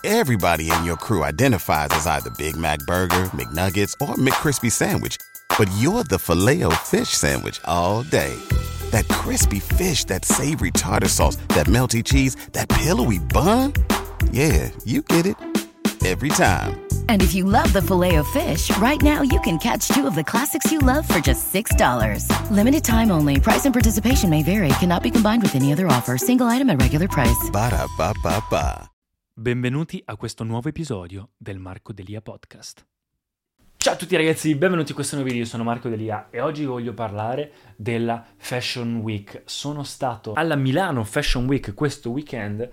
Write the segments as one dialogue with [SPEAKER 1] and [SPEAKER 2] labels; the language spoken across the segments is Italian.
[SPEAKER 1] Everybody in your crew identifies as either Big Mac Burger, McNuggets, or McCrispy Sandwich. But you're the Filet-O-Fish Sandwich all day. That crispy fish, that savory tartar sauce, that melty cheese, that pillowy bun. Yeah, you get it. Every time.
[SPEAKER 2] And if you love the Filet-O-Fish, right now you can catch two of the classics you love for just $6. Limited time only. Price and participation may vary. Cannot be combined with any other offer. Single item at regular price.
[SPEAKER 1] Ba-da-ba-ba-ba.
[SPEAKER 3] Benvenuti a questo nuovo episodio del Marco Delia Podcast. Ciao a tutti ragazzi, benvenuti in questo nuovo video, io sono Marco Delia e oggi voglio parlare della Fashion Week. Sono stato alla Milano Fashion Week questo weekend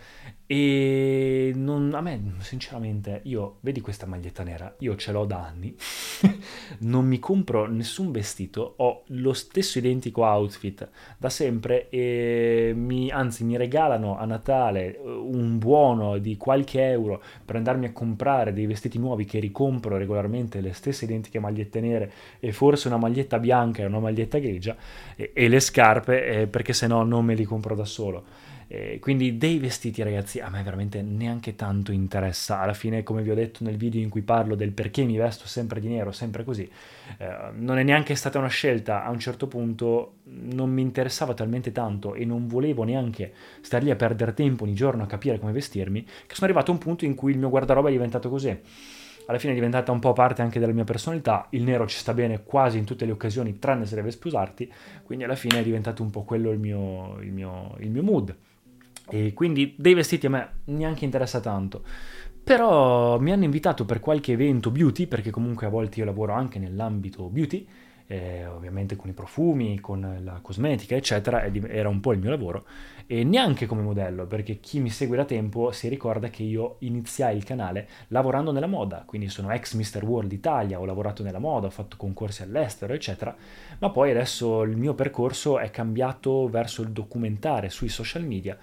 [SPEAKER 3] e a me sinceramente, vedi questa maglietta nera, io ce l'ho da anni, non mi compro nessun vestito, ho lo stesso identico outfit da sempre e anzi mi regalano a Natale un buono di qualche euro per andarmi a comprare dei vestiti nuovi che ricompro regolarmente, le stesse identiche magliette nere e forse una maglietta bianca e una maglietta grigia e le scarpe perché se no non me li compro da solo. Quindi dei vestiti ragazzi a me veramente neanche tanto interessa, alla fine come vi ho detto nel video in cui parlo del perché mi vesto sempre di nero, sempre così, non è neanche stata una scelta, a un certo punto non mi interessava talmente tanto e non volevo neanche star lì a perdere tempo ogni giorno a capire come vestirmi, che sono arrivato a un punto in cui il mio guardaroba è diventato così. Alla fine è diventata un po' parte anche della mia personalità, il nero ci sta bene quasi in tutte le occasioni tranne se deve sposarti, quindi alla fine è diventato un po' quello il mio mood. E quindi dei vestiti a me neanche interessa tanto, però mi hanno invitato per qualche evento beauty, perché comunque a volte io lavoro anche nell'ambito beauty, ovviamente con i profumi, con la cosmetica eccetera, era un po' il mio lavoro e neanche come modello, perché chi mi segue da tempo si ricorda che io iniziai il canale lavorando nella moda, quindi sono ex Mr. World Italia, ho lavorato nella moda, ho fatto concorsi all'estero eccetera, ma poi adesso il mio percorso è cambiato verso il documentare sui social media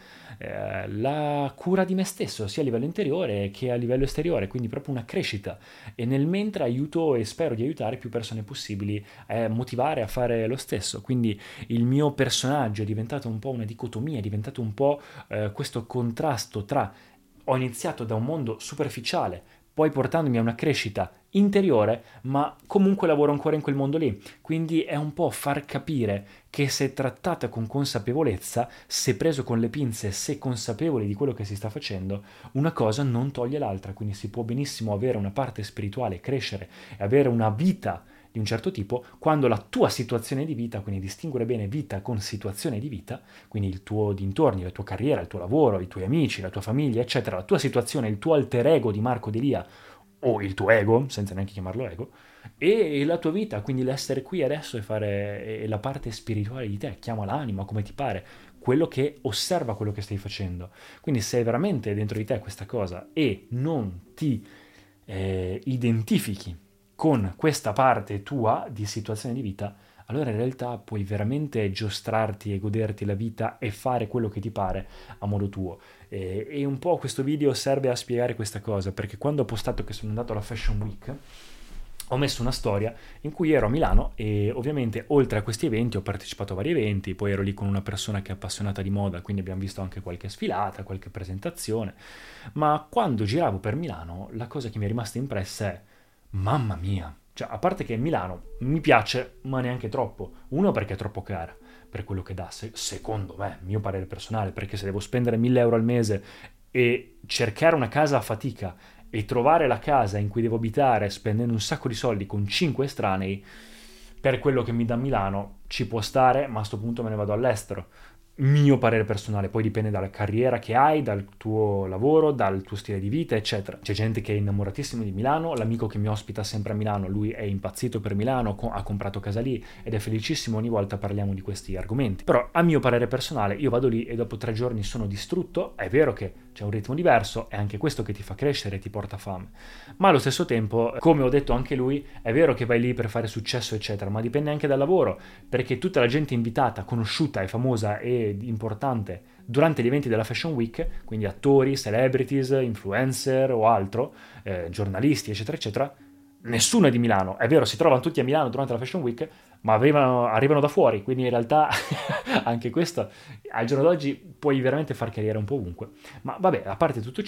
[SPEAKER 3] la cura di me stesso sia a livello interiore che a livello esteriore, quindi proprio una crescita, e nel mentre aiuto e spero di aiutare più persone possibili a motivare a fare lo stesso. Quindi il mio personaggio è diventato un po' una dicotomia, è diventato un po' questo contrasto tra ho iniziato da un mondo superficiale, poi portandomi a una crescita interiore, ma comunque lavoro ancora in quel mondo lì. Quindi è un po' far capire che se trattata con consapevolezza, se preso con le pinze, se consapevoli di quello che si sta facendo, una cosa non toglie l'altra. Quindi si può benissimo avere una parte spirituale, crescere e avere una vita di un certo tipo, quando la tua situazione di vita, quindi distinguere bene vita con situazione di vita, quindi il tuo dintorni, la tua carriera, il tuo lavoro, i tuoi amici, la tua famiglia, eccetera, la tua situazione, il tuo alter ego di Marco Delia, o il tuo ego, senza neanche chiamarlo ego, e la tua vita, quindi l'essere qui adesso e fare la parte spirituale di te, chiamala anima, come ti pare, quello che osserva quello che stai facendo. Quindi se veramente dentro di te questa cosa e non ti identifichi con questa parte tua di situazione di vita, allora in realtà puoi veramente giostrarti e goderti la vita e fare quello che ti pare a modo tuo. E un po' questo video serve a spiegare questa cosa, perché quando ho postato che sono andato alla Fashion Week ho messo una storia in cui ero a Milano e ovviamente oltre a questi eventi ho partecipato a vari eventi, poi ero lì con una persona che è appassionata di moda, quindi abbiamo visto anche qualche sfilata, qualche presentazione, ma quando giravo per Milano la cosa che mi è rimasta impressa è mamma mia, cioè a parte che Milano mi piace ma neanche troppo, uno perché è troppo cara per quello che dà, secondo me, mio parere personale, perché se devo spendere 1.000 euro al mese e cercare una casa a fatica e trovare la casa in cui devo abitare spendendo un sacco di soldi con 5 estranei, per quello che mi dà Milano ci può stare, ma a sto punto me ne vado all'estero. Mio parere personale, poi dipende dalla carriera che hai, dal tuo lavoro, dal tuo stile di vita, eccetera. C'è gente che è innamoratissima di Milano, l'amico che mi ospita sempre a Milano, lui è impazzito per Milano, ha comprato casa lì ed è felicissimo ogni volta parliamo di questi argomenti. Però a mio parere personale io vado lì e dopo 3 giorni sono distrutto, è vero che c'è un ritmo diverso, è anche questo che ti fa crescere e ti porta fame, ma allo stesso tempo, come ho detto anche lui, è vero che vai lì per fare successo eccetera, ma dipende anche dal lavoro, perché tutta la gente invitata, conosciuta e famosa e importante durante gli eventi della Fashion Week, quindi attori, celebrities, influencer o altro, giornalisti eccetera eccetera, nessuno è di Milano. È vero, si trovano tutti a Milano durante la Fashion Week, ma arrivano da fuori, quindi in realtà anche questo al giorno d'oggi puoi veramente far carriera un po' ovunque. Ma vabbè, a parte tutto ciò,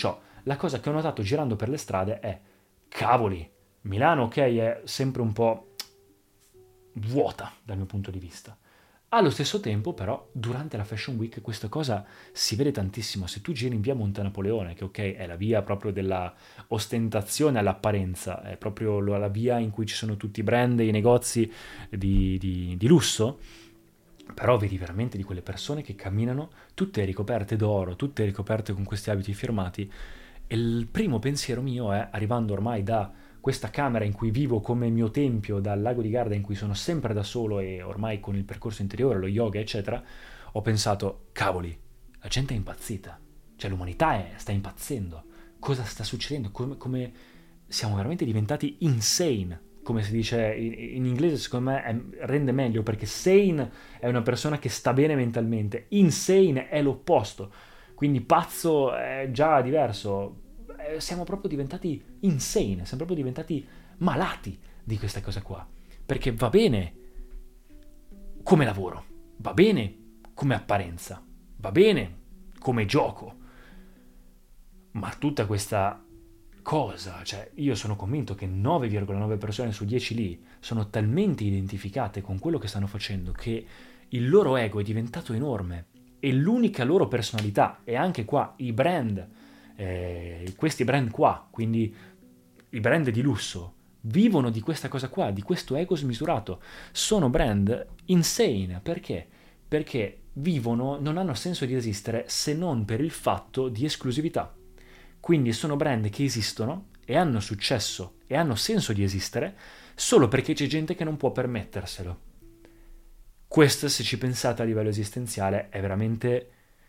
[SPEAKER 3] la cosa che ho notato girando per le strade è, cavoli, Milano, ok, è sempre un po' vuota dal mio punto di vista. Allo stesso tempo, però, durante la Fashion Week questa cosa si vede tantissimo. Se tu giri in via Monte Napoleone, che ok, è la via proprio della ostentazione all'apparenza, è proprio la via in cui ci sono tutti i brand e i negozi di lusso, però vedi veramente di quelle persone che camminano tutte ricoperte d'oro, tutte ricoperte con questi abiti firmati, e il primo pensiero mio è, arrivando ormai da questa camera in cui vivo come mio tempio, dal lago di Garda in cui sono sempre da solo e ormai con il percorso interiore, lo yoga, eccetera, ho pensato, cavoli, la gente è impazzita, cioè l'umanità sta impazzendo, cosa sta succedendo, come siamo veramente diventati insane, come si dice in inglese, secondo me rende meglio, perché sane è una persona che sta bene mentalmente, insane è l'opposto, quindi pazzo è già diverso. Siamo proprio diventati insane, siamo proprio diventati malati di questa cosa qua, perché va bene come lavoro, va bene come apparenza, va bene come gioco, ma tutta questa cosa, cioè io sono convinto che 9,9 persone su 10 lì sono talmente identificate con quello che stanno facendo che il loro ego è diventato enorme e l'unica loro personalità, e anche qua i brand, questi brand qua, quindi i brand di lusso, vivono di questa cosa qua, di questo ego smisurato. Sono brand insane, perché? Perché vivono, non hanno senso di esistere se non per il fatto di esclusività. Quindi sono brand che esistono e hanno successo e hanno senso di esistere solo perché c'è gente che non può permetterselo. Questo, se ci pensate a livello esistenziale, è veramente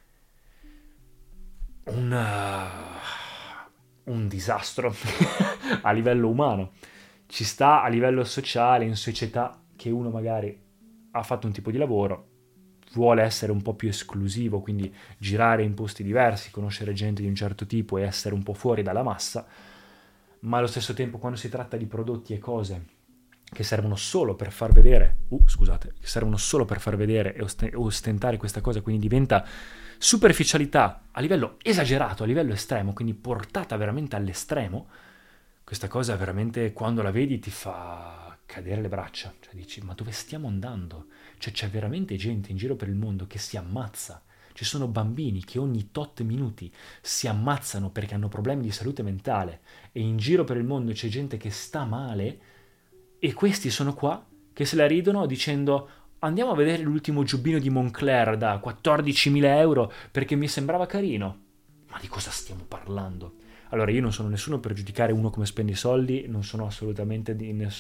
[SPEAKER 3] un disastro a livello umano. Ci sta a livello sociale, in società, che uno magari ha fatto un tipo di lavoro, vuole essere un po' più esclusivo, quindi girare in posti diversi, conoscere gente di un certo tipo e essere un po' fuori dalla massa, ma allo stesso tempo quando si tratta di prodotti e cose che servono solo per far vedere, che servono solo per far vedere e ostentare questa cosa, quindi diventa superficialità a livello esagerato, a livello estremo, quindi portata veramente all'estremo, questa cosa veramente quando la vedi ti fa cadere le braccia, cioè dici ma dove stiamo andando? Cioè c'è veramente gente in giro per il mondo che si ammazza, ci sono bambini che ogni tot minuti si ammazzano perché hanno problemi di salute mentale e in giro per il mondo c'è gente che sta male e questi sono qua che se la ridono dicendo andiamo a vedere l'ultimo giubbino di Moncler da 14.000 euro perché mi sembrava carino. Ma di cosa stiamo parlando? Allora io non sono nessuno per giudicare uno come spende i soldi, non sono assolutamente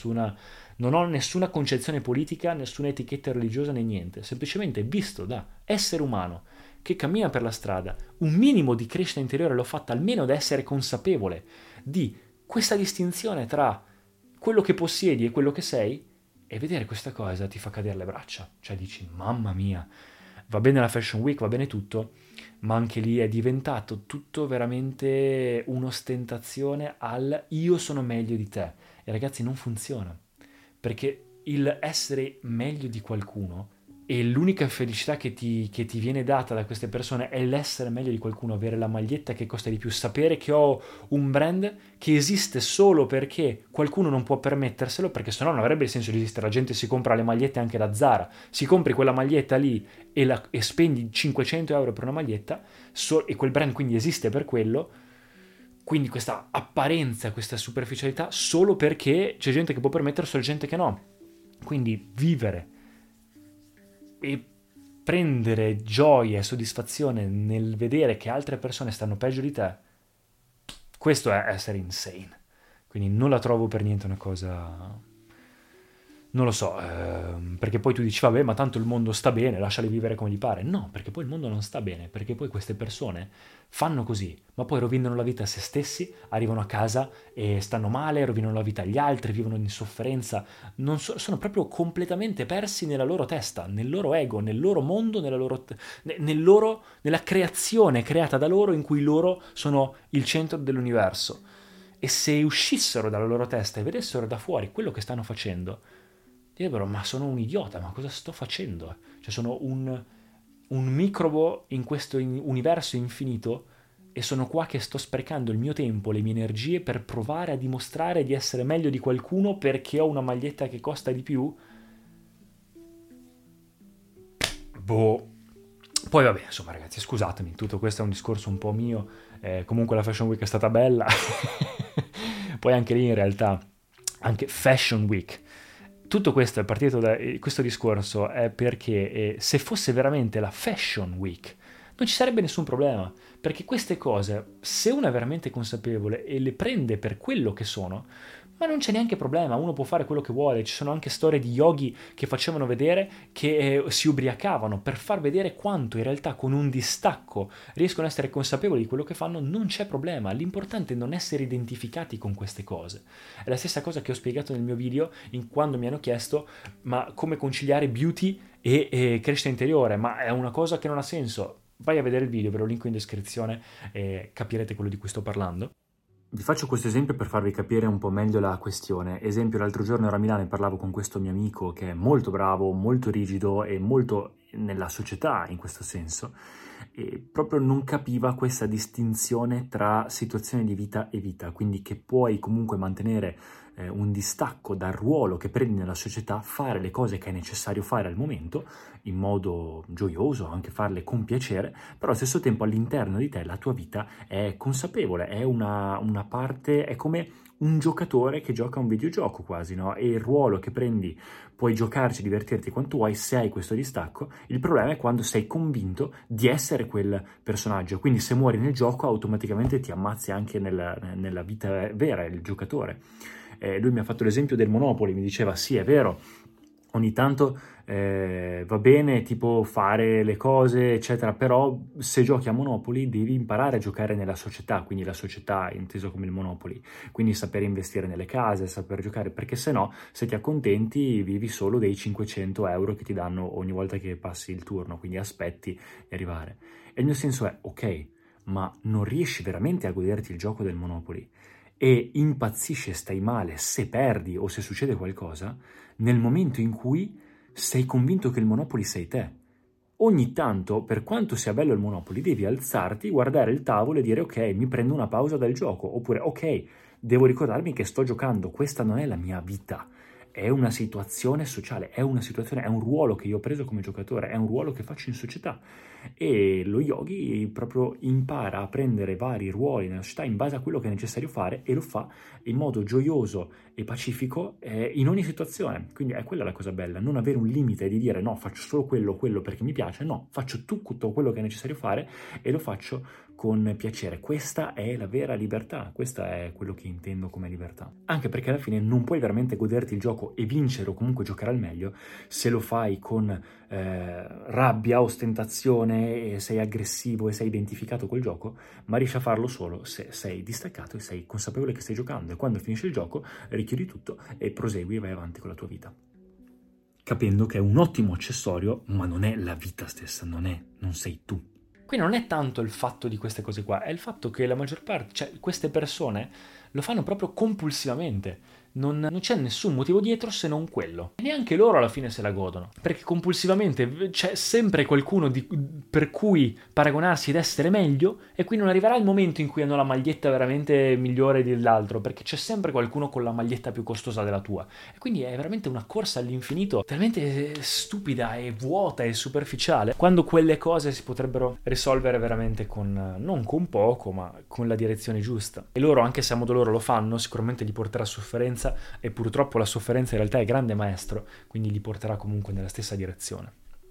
[SPEAKER 3] non ho nessuna concezione politica, nessuna etichetta religiosa né niente, semplicemente visto da essere umano che cammina per la strada, un minimo di crescita interiore l'ho fatta almeno da essere consapevole di questa distinzione tra quello che possiedi e quello che sei, e vedere questa cosa ti fa cadere le braccia, cioè dici mamma mia, va bene la Fashion Week, va bene tutto, ma anche lì è diventato tutto veramente un'ostentazione al io sono meglio di te, e ragazzi non funziona, perché il essere meglio di qualcuno e l'unica felicità che ti viene data da queste persone è l'essere meglio di qualcuno, avere la maglietta che costa di più, sapere che ho un brand che esiste solo perché qualcuno non può permetterselo, perché sennò non avrebbe il senso di esistere. La gente si compra le magliette anche da Zara, si compri quella maglietta lì e spendi 500 euro per una maglietta e quel brand quindi esiste per quello, quindi questa apparenza, questa superficialità solo perché c'è gente che può permetterselo e gente che no. Quindi vivere e prendere gioia e soddisfazione nel vedere che altre persone stanno peggio di te, questo è essere insane. Quindi non la trovo per niente una cosa, non lo so, perché poi tu dici vabbè ma tanto il mondo sta bene, lasciali vivere come gli pare. No, perché poi il mondo non sta bene, perché poi queste persone fanno così, ma poi rovinano la vita a se stessi, arrivano a casa e stanno male, rovinano la vita agli altri, vivono in sofferenza, sono proprio completamente persi nella loro testa, nel loro ego, nel loro mondo, nella creazione creata da loro in cui loro sono il centro dell'universo. E se uscissero dalla loro testa e vedessero da fuori quello che stanno facendo, direbbero ma sono un idiota, ma cosa sto facendo? Cioè sono un microbo in questo universo infinito e sono qua che sto sprecando il mio tempo, le mie energie per provare a dimostrare di essere meglio di qualcuno perché ho una maglietta che costa di più? Boh. Poi vabbè, insomma ragazzi, scusatemi, tutto questo è un discorso un po' mio, comunque la Fashion Week è stata bella, poi anche lì in realtà, anche Fashion Week, tutto questo è partito da questo discorso è perché se fosse veramente la Fashion Week non ci sarebbe nessun problema, perché queste cose, se uno è veramente consapevole e le prende per quello che sono, ma non c'è neanche problema, uno può fare quello che vuole. Ci sono anche storie di yogi che facevano vedere che si ubriacavano per far vedere quanto in realtà con un distacco riescono a essere consapevoli di quello che fanno, non c'è problema. L'importante è non essere identificati con queste cose. È la stessa cosa che ho spiegato nel mio video quando mi hanno chiesto ma come conciliare beauty e crescita interiore, ma è una cosa che non ha senso. Vai a vedere il video, ve lo linko in descrizione e capirete quello di cui sto parlando. Vi faccio questo esempio per farvi capire un po' meglio la questione. Esempio, l'altro giorno ero a Milano e parlavo con questo mio amico che è molto bravo, molto rigido e molto nella società in questo senso, e proprio non capiva questa distinzione tra situazione di vita e vita, quindi che puoi comunque mantenere un distacco dal ruolo che prendi nella società, fare le cose che è necessario fare al momento in modo gioioso, anche farle con piacere, però allo stesso tempo all'interno di te la tua vita è consapevole, è una parte, è come un giocatore che gioca un videogioco quasi, no? E il ruolo che prendi, puoi giocarci, divertirti quanto vuoi se hai questo distacco. Il problema è quando sei convinto di essere quel personaggio, quindi se muori nel gioco automaticamente ti ammazzi anche nella vita vera, il giocatore. Lui mi ha fatto l'esempio del Monopoly, mi diceva sì è vero, ogni tanto va bene tipo fare le cose eccetera, però se giochi a Monopoly devi imparare a giocare nella società, quindi la società inteso come il Monopoly, quindi sapere investire nelle case, saper giocare, perché se no se ti accontenti vivi solo dei 500 euro che ti danno ogni volta che passi il turno, quindi aspetti di arrivare. E il mio senso è ok, ma non riesci veramente a goderti il gioco del Monopoly e impazzisci e stai male se perdi o se succede qualcosa nel momento in cui sei convinto che il Monopoly sei te. Ogni tanto, per quanto sia bello il Monopoly, devi alzarti, guardare il tavolo e dire ok, mi prendo una pausa dal gioco, oppure ok, devo ricordarmi che sto giocando, questa non è la mia vita, è una situazione sociale, è un ruolo che io ho preso come giocatore, è un ruolo che faccio in società. E lo yogi proprio impara a prendere vari ruoli nella società in base a quello che è necessario fare e lo fa in modo gioioso e pacifico in ogni situazione. Quindi è quella la cosa bella, non avere un limite di dire no, faccio solo quello perché mi piace, no, faccio tutto quello che è necessario fare e lo faccio con piacere. Questa è la vera libertà, questo è quello che intendo come libertà. Anche perché alla fine non puoi veramente goderti il gioco e vincere o comunque giocare al meglio se lo fai con rabbia, ostentazione e sei aggressivo e sei identificato col gioco, ma riesci a farlo solo se sei distaccato e sei consapevole che stai giocando, e quando finisce il gioco richiudi tutto e prosegui e vai avanti con la tua vita, capendo che è un ottimo accessorio ma non è la vita stessa, non sei tu. Quindi non è tanto il fatto di queste cose qua, è il fatto che la maggior parte, cioè queste persone lo fanno proprio compulsivamente. Non c'è nessun motivo dietro se non quello. E neanche loro alla fine se la godono. Perché compulsivamente c'è sempre qualcuno per cui paragonarsi ed essere meglio, e qui non arriverà il momento in cui hanno la maglietta veramente migliore dell'altro, perché c'è sempre qualcuno con la maglietta più costosa della tua. E quindi è veramente una corsa all'infinito, talmente stupida e vuota e superficiale, quando quelle cose si potrebbero risolvere veramente non con poco, ma con la direzione giusta. E loro, anche se a modo loro lo fanno, sicuramente gli porterà sofferenza, e purtroppo la sofferenza in realtà è grande maestro, quindi li porterà comunque nella stessa direzione.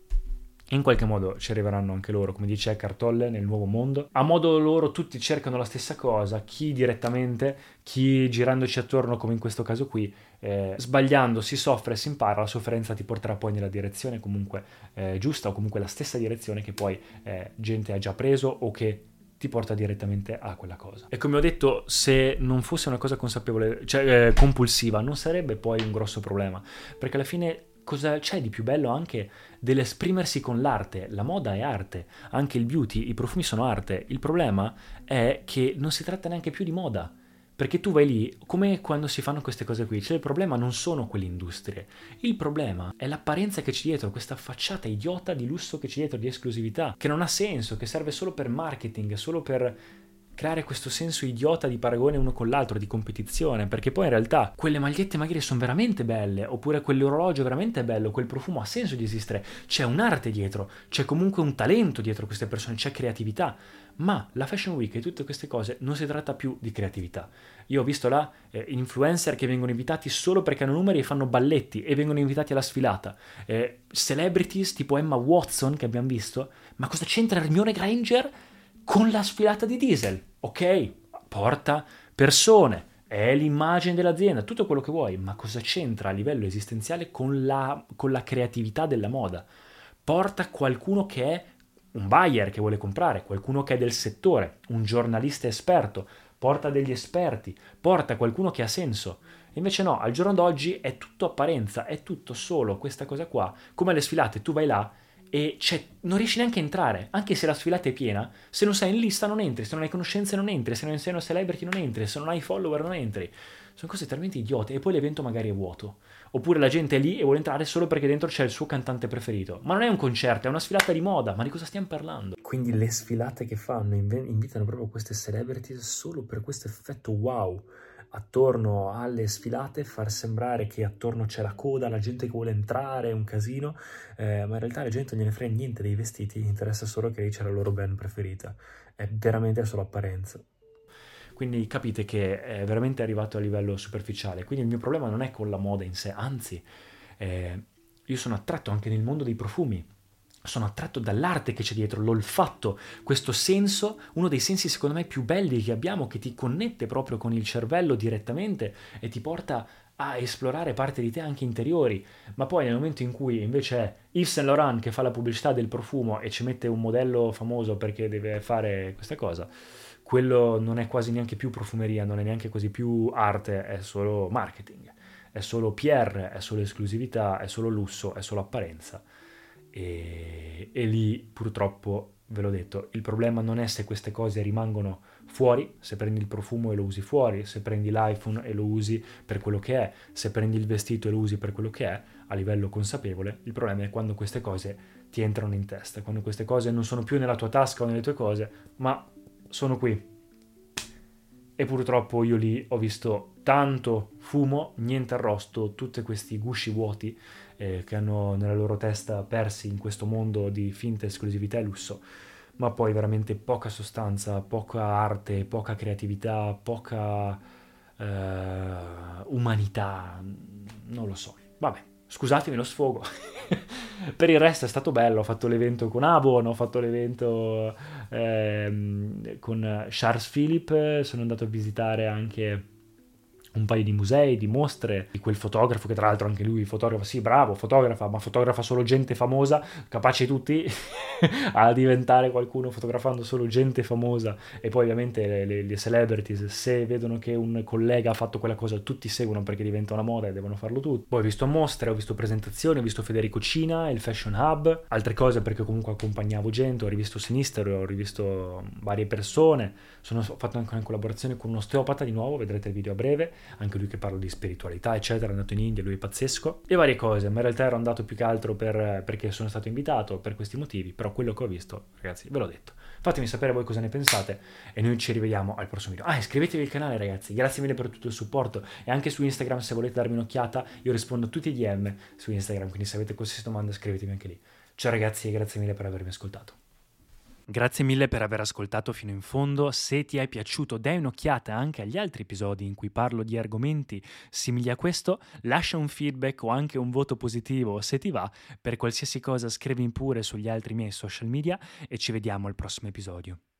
[SPEAKER 3] In qualche modo ci arriveranno anche loro, come dice Eckhart Tolle nel Nuovo Mondo. A modo loro tutti cercano la stessa cosa, chi direttamente, chi girandoci attorno come in questo caso qui, sbagliando si soffre e si impara, la sofferenza ti porterà poi nella direzione comunque giusta, o comunque la stessa direzione che poi gente ha già preso o che ti porta direttamente a quella cosa. E come ho detto, se non fosse una cosa consapevole, cioè compulsiva, non sarebbe poi un grosso problema, perché alla fine cosa c'è di più bello anche dell'esprimersi con l'arte? La moda è arte, anche il beauty, i profumi sono arte. Il problema è che non si tratta neanche più di moda, perché tu vai lì, come quando si fanno queste cose qui, cioè il problema non sono quelle industrie, il problema è l'apparenza che c'è dietro, questa facciata idiota di lusso che c'è dietro, di esclusività, che non ha senso, che serve solo per marketing, solo per creare questo senso idiota di paragone uno con l'altro, di competizione, perché poi in realtà quelle magliette magari sono veramente belle, oppure quell'orologio veramente bello, quel profumo ha senso di esistere, c'è un'arte dietro, c'è comunque un talento dietro queste persone, c'è creatività. Ma la Fashion Week e tutte queste cose non si tratta più di creatività. Io ho visto là influencer che vengono invitati solo perché hanno numeri e fanno balletti e vengono invitati alla sfilata. Celebrities tipo Emma Watson che abbiamo visto. Ma cosa c'entra Hermione Granger con la sfilata di Diesel? Ok, porta persone, è l'immagine dell'azienda, tutto quello che vuoi, ma cosa c'entra a livello esistenziale con la creatività della moda? Porta qualcuno che è un buyer che vuole comprare, qualcuno che è del settore, un giornalista esperto, porta degli esperti, porta qualcuno che ha senso. Invece no, al giorno d'oggi è tutto apparenza, è tutto solo questa cosa qua. Come alle sfilate, tu vai là e non riesci neanche a entrare, anche se la sfilata è piena, se non sei in lista non entri, se non hai conoscenze non entri, se non sei una celebrity non entri, se non hai follower non entri. Sono cose talmente idiote e poi l'evento magari è vuoto. Oppure la gente è lì e vuole entrare solo perché dentro c'è il suo cantante preferito. Ma non è un concerto, è una sfilata di moda, ma di cosa stiamo parlando? Quindi le sfilate che fanno invitano proprio queste celebrities solo per questo effetto wow. Attorno alle sfilate far sembrare che attorno c'è la coda, la gente che vuole entrare, è un casino, ma in realtà la gente non gliene frega niente dei vestiti, gli interessa solo che lì c'è la loro band preferita. È veramente solo apparenza. Quindi capite che è veramente arrivato a livello superficiale. Quindi il mio problema non è con la moda in sé, anzi, io sono attratto anche nel mondo dei profumi. Sono attratto dall'arte che c'è dietro, l'olfatto, questo senso, uno dei sensi secondo me più belli che abbiamo, che ti connette proprio con il cervello direttamente e ti porta a esplorare parti di te anche interiori. Ma poi nel momento in cui invece è Yves Saint Laurent che fa la pubblicità del profumo e ci mette un modello famoso perché deve fare questa cosa, quello non è quasi neanche più profumeria, non è neanche quasi più arte, è solo marketing, è solo PR, è solo esclusività, è solo lusso, è solo apparenza. E lì purtroppo, ve l'ho detto, il problema non è se queste cose rimangono fuori, se prendi il profumo e lo usi fuori, se prendi l'iPhone e lo usi per quello che è, se prendi il vestito e lo usi per quello che è, a livello consapevole. Il problema è quando queste cose ti entrano in testa, quando queste cose non sono più nella tua tasca o nelle tue cose, ma sono qui. E purtroppo io lì ho visto tanto fumo, niente arrosto, tutti questi gusci vuoti che hanno nella loro testa persi in questo mondo di finta esclusività e lusso, ma poi veramente poca sostanza, poca arte, poca creatività, poca umanità, non lo so. Vabbè, scusatemi lo sfogo. Per il resto è stato bello, ho fatto l'evento con Avon, ho fatto l'evento con Charles Philippe, sono andato a visitare anche un paio di musei, di mostre, di quel fotografo che tra l'altro anche lui fotografa, sì bravo, fotografa, ma fotografa solo gente famosa, capaci tutti a diventare qualcuno fotografando solo gente famosa. E poi ovviamente le celebrities, se vedono che un collega ha fatto quella cosa, tutti seguono perché diventa una moda e devono farlo tutti. Poi ho visto mostre, ho visto presentazioni, ho visto Federico Cina, il Fashion Hub, altre cose perché comunque accompagnavo gente, ho rivisto Sinister, ho rivisto varie persone, ho fatto anche una collaborazione con un osteopata di nuovo, vedrete il video a breve, anche lui che parla di spiritualità eccetera, è andato in India, lui è pazzesco, e varie cose, ma in realtà ero andato più che altro perché sono stato invitato per questi motivi, però quello che ho visto, ragazzi, ve l'ho detto. Fatemi sapere voi cosa ne pensate e noi ci rivediamo al prossimo video. Iscrivetevi al canale, ragazzi, grazie mille per tutto il supporto, e anche su Instagram se volete darmi un'occhiata, io rispondo a tutti i DM su Instagram, quindi se avete qualsiasi domanda scrivetemi anche lì. Ciao ragazzi e grazie mille per avermi ascoltato. Grazie mille per aver ascoltato fino in fondo. Se ti è piaciuto, dai un'occhiata anche agli altri episodi in cui parlo di argomenti simili a questo, lascia un feedback o anche un voto positivo se ti va. Per qualsiasi cosa scrivimi pure sugli altri miei social media e ci vediamo al prossimo episodio.